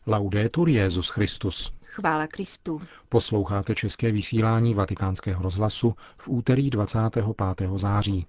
Laudetur Jesus Christus. Chvála Kristu. Posloucháte české vysílání Vatikánského rozhlasu v úterý 25. září.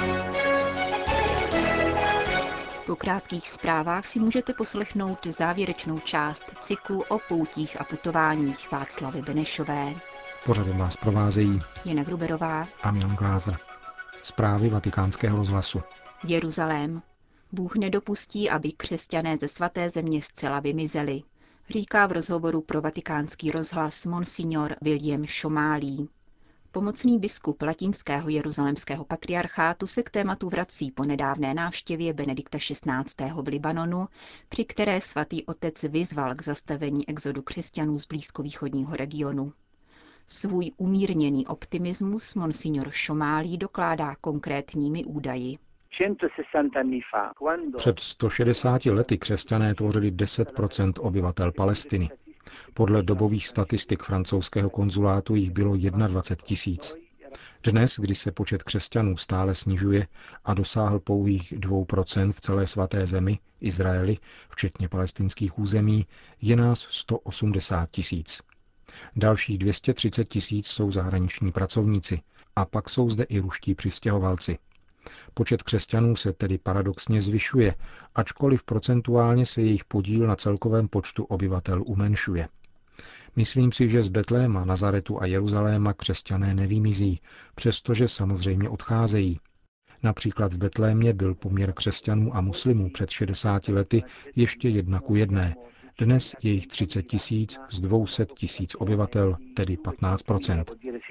Po krátkých zprávách si můžete poslechnout závěrečnou část cyklu o poutích a putováních Václavy Benešové. Pořadem vás provázejí Jana Gruberová a Milan Glázer. Zprávy Vatikánského rozhlasu. Jeruzalém. Bůh nedopustí, aby křesťané ze svaté země zcela vymizeli, říká v rozhovoru pro Vatikánský rozhlas monsignor William Šomálí. Pomocný biskup latinského jeruzalémského patriarchátu se k tématu vrací po nedávné návštěvě Benedikta XVI. V Libanonu, při které svatý otec vyzval k zastavení exodu křesťanů z blízkovýchodního regionu. Svůj umírněný optimismus monsignor Šomálí dokládá konkrétními údaji. Před 160 lety křesťané tvořili 10% obyvatel Palestiny. Podle dobových statistik francouzského konzulátu jich bylo 21 000. Dnes, kdy se počet křesťanů stále snižuje a dosáhl pouhých 2% v celé svaté zemi, Izraeli, včetně palestinských území, je nás 180 000. Dalších 230 000 jsou zahraniční pracovníci a pak jsou zde i ruští přistěhovalci. Počet křesťanů se tedy paradoxně zvyšuje, ačkoliv procentuálně se jejich podíl na celkovém počtu obyvatel umenšuje. Myslím si, že z Betléma, Nazaretu a Jeruzaléma křesťané nevymizí, přestože samozřejmě odcházejí. Například v Betlémě byl poměr křesťanů a muslimů před 60 lety ještě 1:1. Dnes je jich 30 000 z 200 000 obyvatel, tedy 15%.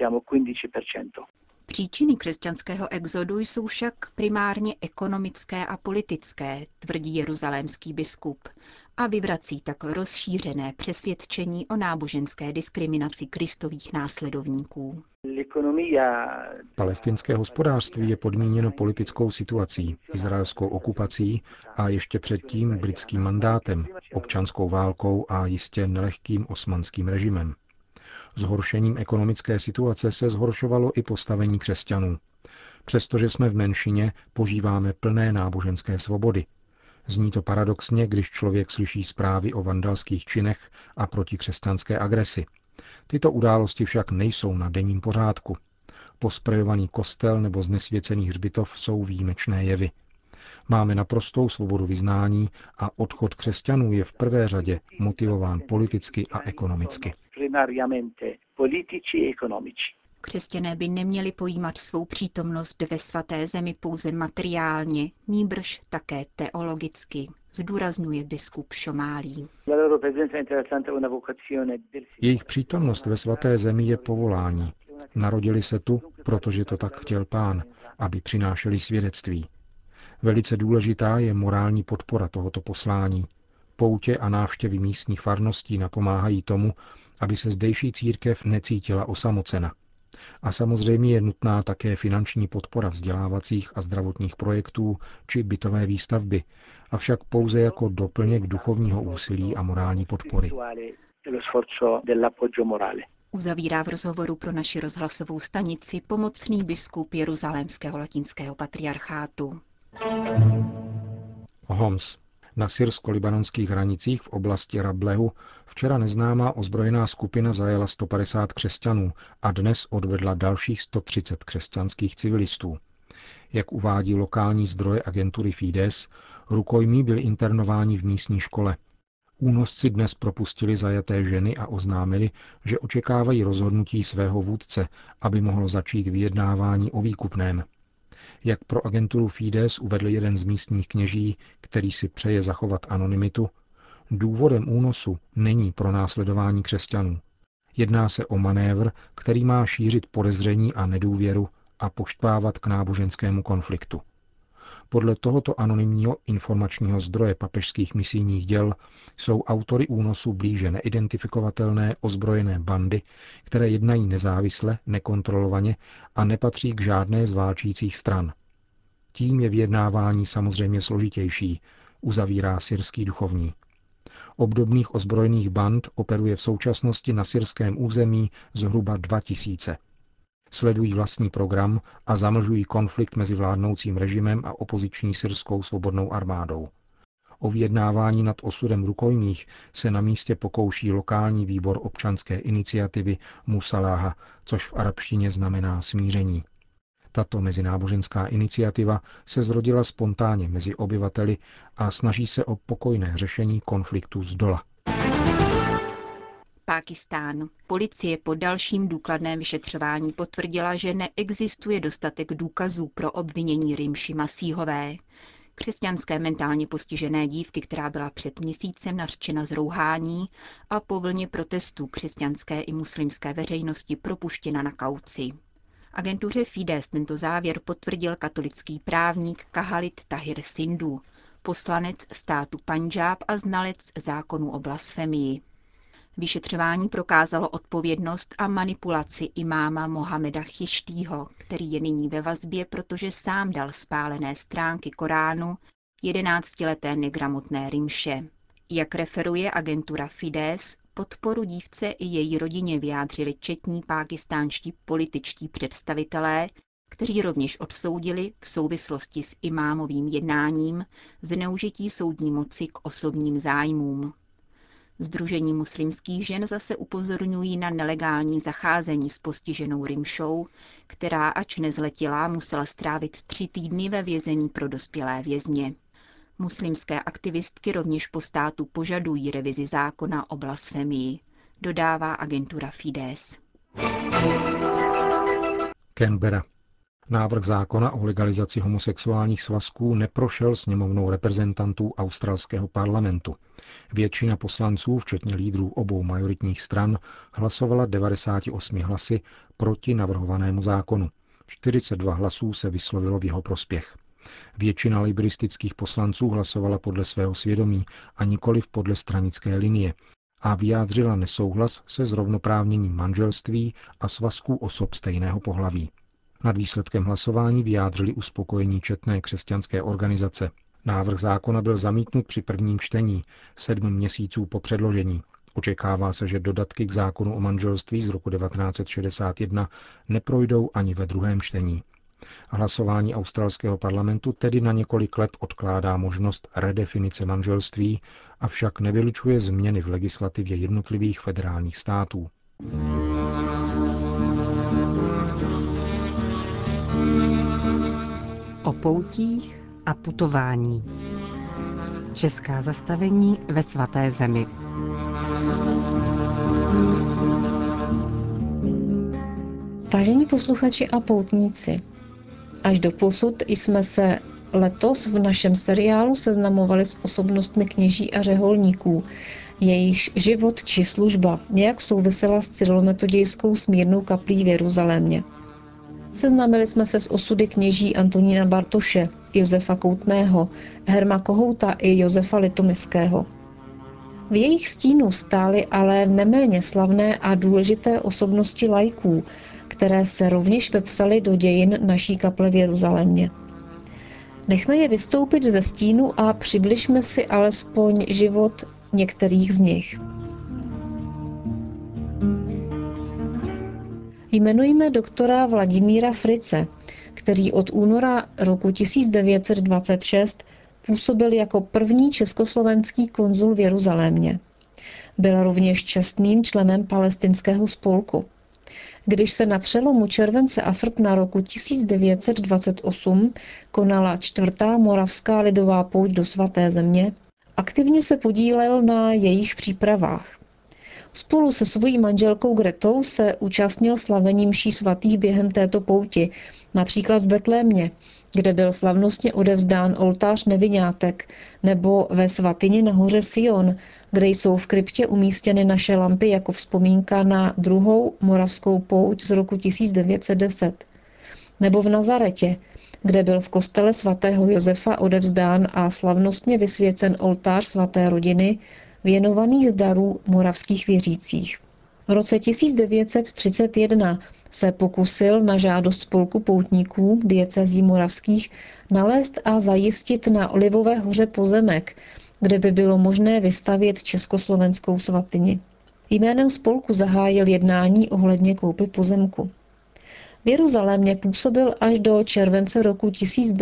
Příčiny křesťanského exodu jsou však primárně ekonomické a politické, tvrdí jeruzalémský biskup, a vyvrací tak rozšířené přesvědčení o náboženské diskriminaci Kristových následovníků. Palestinské hospodářství je podmíněno politickou situací, izraelskou okupací a ještě předtím britským mandátem, občanskou válkou a jistě nelehkým osmanským režimem. Zhoršením ekonomické situace se zhoršovalo i postavení křesťanů. Přestože jsme v menšině, požíváme plné náboženské svobody. Zní to paradoxně, když člověk slyší zprávy o vandalských činech a protikřesťanské agresi. Tyto události však nejsou na denním pořádku. Posprejovaný kostel nebo znesvěcený hřbitov jsou výjimečné jevy. Máme naprostou svobodu vyznání a odchod křesťanů je v prvé řadě motivován politicky a ekonomicky. Křesťané by neměli pojímat svou přítomnost ve svaté zemi pouze materiálně, nýbrž také teologicky, zdůrazňuje biskup Šomálí. Jejich přítomnost ve svaté zemi je povolání. Narodili se tu, protože to tak chtěl Pán, aby přinášeli svědectví. Velice důležitá je morální podpora tohoto poslání. Poutě a návštěvy místních farností napomáhají tomu, aby se zdejší církev necítila osamocena. A samozřejmě je nutná také finanční podpora vzdělávacích a zdravotních projektů či bytové výstavby, avšak pouze jako doplněk duchovního úsilí a morální podpory. Uzavírá v rozhovoru pro naši rozhlasovou stanici pomocný biskup jeruzalémského latinského patriarchátu. Homs. Na syrsko-libanonských hranicích v oblasti Rablehu včera neznámá ozbrojená skupina zajela 150 křesťanů a dnes odvedla dalších 130 křesťanských civilistů. Jak uvádí lokální zdroje agentury Fides, rukojmí byli internováni v místní škole. Únosci dnes propustili zajaté ženy a oznámili, že očekávají rozhodnutí svého vůdce, aby mohlo začít vyjednávání o výkupném. Jak pro agenturu Fides uvedl jeden z místních kněží, který si přeje zachovat anonymitu, důvodem únosu není pronásledování křesťanů. Jedná se o manévr, který má šířit podezření a nedůvěru a poštvávat k náboženskému konfliktu. Podle tohoto anonymního informačního zdroje papežských misijních děl jsou autory únosu blíže neidentifikovatelné ozbrojené bandy, které jednají nezávisle, nekontrolovaně a nepatří k žádné z válčících stran. Tím je vyjednávání samozřejmě složitější, uzavírá syrský duchovní. Obdobných ozbrojených band operuje v současnosti na syrském území zhruba 2000. Sledují vlastní program a zamlžují konflikt mezi vládnoucím režimem a opoziční syrskou svobodnou armádou. O vyjednávání nad osudem rukojmích se na místě pokouší lokální výbor občanské iniciativy Musaláha, což v arabštině znamená smíření. Tato mezináboženská iniciativa se zrodila spontánně mezi obyvateli a snaží se o pokojné řešení konfliktu zdola. Pákistán. Policie po dalším důkladném vyšetřování potvrdila, že neexistuje dostatek důkazů pro obvinění Rimši Masíhové, křesťanské mentálně postižené dívky, která byla před měsícem nařčena z rouhání a po vlně protestů křesťanské i muslimské veřejnosti propuštěna na kauci. Agentuře Fides tento závěr potvrdil katolický právník Khalid Tahir Sindhu, poslanec státu Pandžáb a znalec zákonů o blasfemii. Vyšetřování prokázalo odpovědnost a manipulaci imáma Mohameda Chištýho, který je nyní ve vazbě, protože sám dal spálené stránky Koránu 11leté negramotné Rimše. Jak referuje agentura Fides, podporu dívce i její rodině vyjádřili četní pákistánští političtí představitelé, kteří rovněž odsoudili v souvislosti s imámovým jednáním zneužití soudní moci k osobním zájmům. Sdružení muslimských žen zase upozorňují na nelegální zacházení s postiženou Rimšou, která ač nezletilá musela strávit 3 týdny ve vězení pro dospělé vězně. Muslimské aktivistky rovněž po státu požadují revizi zákona o blasfemii, dodává agentura Fides. Canberra. Návrh zákona o legalizaci homosexuálních svazků neprošel sněmovnou reprezentantů australského parlamentu. Většina poslanců, včetně lídrů obou majoritních stran, hlasovala 98 hlasy proti navrhovanému zákonu. 42 hlasů se vyslovilo v jeho prospěch. Většina liberistických poslanců hlasovala podle svého svědomí a nikoliv podle stranické linie a vyjádřila nesouhlas se zrovnoprávněním manželství a svazků osob stejného pohlaví. Nad výsledkem hlasování vyjádřili uspokojení četné křesťanské organizace. Návrh zákona byl zamítnut při prvním čtení 7 měsíců po předložení. Očekává se, že dodatky k zákonu o manželství z roku 1961 neprojdou ani ve druhém čtení. Hlasování australského parlamentu tedy na několik let odkládá možnost redefinice manželství, avšak nevylučuje změny v legislativě jednotlivých federálních států. O poutích a putování. Česká zastavení ve Svaté zemi. Vážení posluchači a poutníci, až doposud jsme se letos v našem seriálu seznamovali s osobnostmi kněží a řeholníků, jejichž život či služba nějak souvisela s cyrilometodějskou smírnou kaplí v Jeruzalémě. Seznámili jsme se s osudy kněží Antonína Bartoše, Josefa Koutného, Herma Kohouta i Josefa Litomyského. V jejich stínu stály ale neméně slavné a důležité osobnosti laiků, které se rovněž vepsaly do dějin naší kaple v Jeruzalémě. Nechme je vystoupit ze stínu a přibližme si alespoň život některých z nich. Jmenujme doktora Vladimíra Frice, který od února roku 1926 působil jako první československý konzul v Jeruzalémě. Byl rovněž čestným členem palestinského spolku. Když se na přelomu července a srpna roku 1928 konala 4. moravská lidová pouť do Svaté země, aktivně se podílel na jejich přípravách. Spolu se svojí manželkou Gretou se účastnil slavení mší svatých během této pouti, například v Betlémě, kde byl slavnostně odevzdán oltář neviňátek, nebo ve svatyni na hoře Sion, kde jsou v kryptě umístěny naše lampy jako vzpomínka na 2. moravskou pouť z roku 1910, nebo v Nazaretě, kde byl v kostele svatého Josefa odevzdán a slavnostně vysvěcen oltář svaté rodiny, věnovaný z darů moravských věřících. V roce 1931 se pokusil na žádost spolku poutníků diecézí moravských nalézt a zajistit na Olivové hoře pozemek, kde by bylo možné vystavět československou svatyni. Jménem spolku zahájil jednání ohledně koupy pozemku. V Jeruzalémě působil až do července roku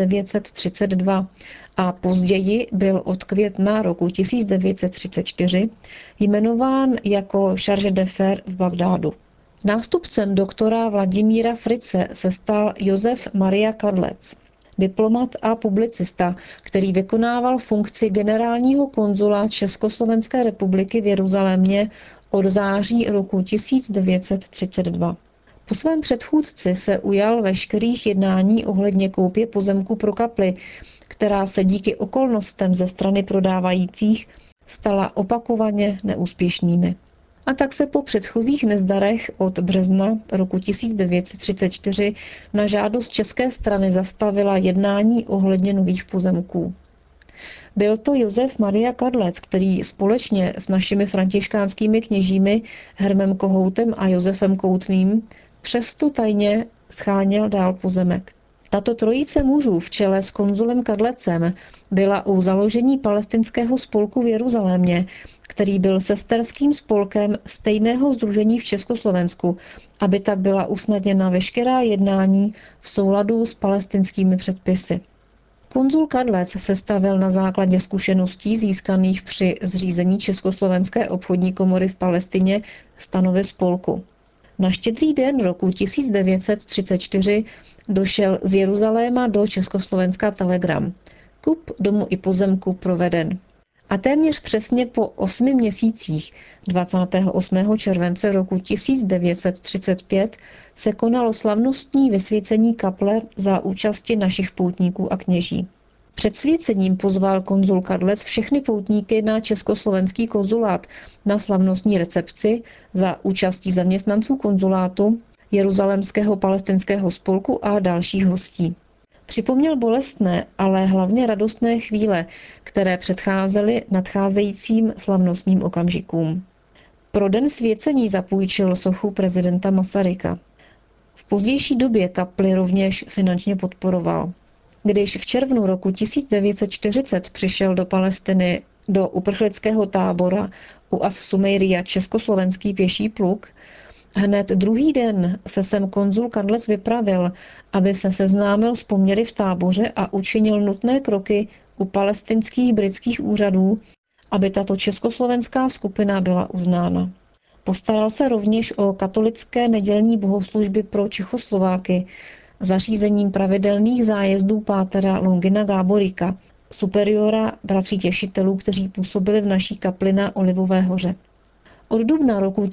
1932 a později byl od května roku 1934 jmenován jako chargé d'affaires v Bagdádu. Nástupcem doktora Vladimíra Frice se stal Josef Maria Kadlec, diplomat a publicista, který vykonával funkci generálního konzula Československé republiky v Jeruzalémě od září roku 1932. Po svém předchůdci se ujal veškerých jednání ohledně koupě pozemku pro kapli, která se díky okolnostem ze strany prodávajících stala opakovaně neúspěšnými. A tak se po předchozích nezdarech od března roku 1934 na žádost české strany zastavila jednání ohledně nových pozemků. Byl to Josef Maria Kadlec, který společně s našimi františkánskými kněžími Hermem Kohoutem a Josefem Koutným přesto tajně scháněl dál pozemek. Tato trojice mužů v čele s konzulem Kadlecem byla u založení palestinského spolku v Jeruzalémě, který byl sesterským spolkem stejného sdružení v Československu, aby tak byla usnadněna veškerá jednání v souladu s palestinskými předpisy. Konzul Kadlec sestavil na základě zkušeností získaných při zřízení Československé obchodní komory v Palestině stanovy spolku. Na Štědrý den roku 1934 došel z Jeruzaléma do Československa telegram. Kup domu i pozemku proveden. A téměř přesně po 8 měsících, 28. července roku 1935, se konalo slavnostní vysvěcení kaple za účasti našich poutníků a kněží. Před svěcením pozval konzul Kadlec všechny poutníky na československý konzulát na slavnostní recepci za účastí zaměstnanců konzulátu, Jeruzalémského palestinského spolku a dalších hostí. Připomněl bolestné, ale hlavně radostné chvíle, které předcházely nadcházejícím slavnostním okamžikům. Pro den svěcení zapůjčil sochu prezidenta Masaryka. V pozdější době kapli rovněž finančně podporoval. Když v červnu roku 1940 přišel do Palestiny do uprchlického tábora u As-Sumejrija československý pěší pluk, hned druhý den se sem konzul Kadlec vypravil, aby se seznámil s poměry v táboře a učinil nutné kroky u palestinských britských úřadů, aby tato československá skupina byla uznána. Postaral se rovněž o katolické nedělní bohoslužby pro Čechoslováky, zařízením pravidelných zájezdů pátera Longina Gáboríka, superiora bratří těšitelů, kteří působili v naší kapli na Olivové hoře. Od dubna roku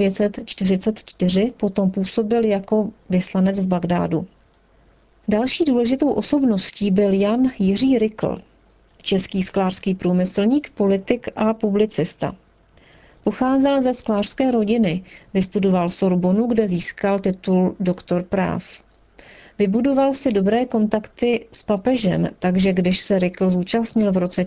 1944 potom působil jako vyslanec v Bagdádu. Další důležitou osobností byl Jan Jiří Rykl, český sklářský průmyslník, politik a publicista. Pocházel ze sklářské rodiny, vystudoval Sorbonu, kde získal titul doktor práv. Vybudoval si dobré kontakty s papežem, takže když se Rykl zúčastnil v roce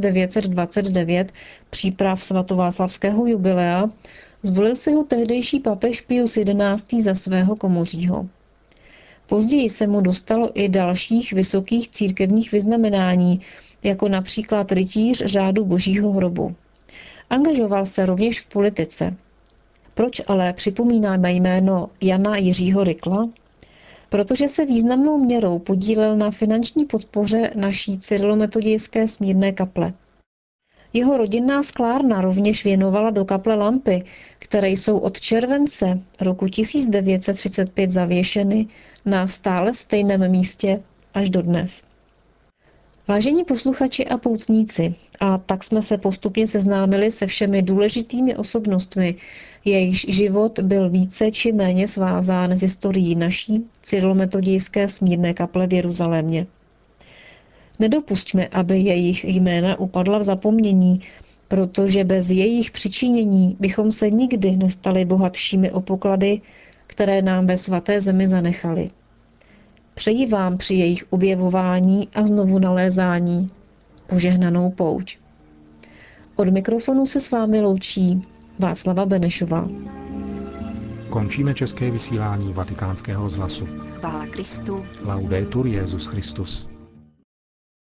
1929 příprav svatováclavského jubilea, zvolil si ho tehdejší papež Pius XI. Za svého komořího. Později se mu dostalo i dalších vysokých církevních vyznamenání, jako například rytíř řádu Božího hrobu. Angažoval se rovněž v politice. Proč ale připomínáme jméno Jana Jiřího Rykla? Protože se významnou měrou podílel na finanční podpoře naší cyrilometodějské smírné kaple. Jeho rodinná sklárna rovněž věnovala do kaple lampy, které jsou od července roku 1935 zavěšeny na stále stejném místě až dodnes. Vážení posluchači a poutníci, a tak jsme se postupně seznámili se všemi důležitými osobnostmi, jejichž život byl více či méně svázán s historií naší cyrilometodějské smírné kaple v Jeruzalémě. Nedopusťme, aby jejich jména upadla v zapomnění, protože bez jejich přičinění bychom se nikdy nestali bohatšími o poklady, které nám ve svaté zemi zanechali. Přeji vám při jejich objevování a znovu nalézání požehnanou pouť. Od mikrofonu se s vámi loučí Václava Benešová. Končíme české vysílání Vatikánského rozhlasu. Chvála Kristu. Laudetur Jesus Christus.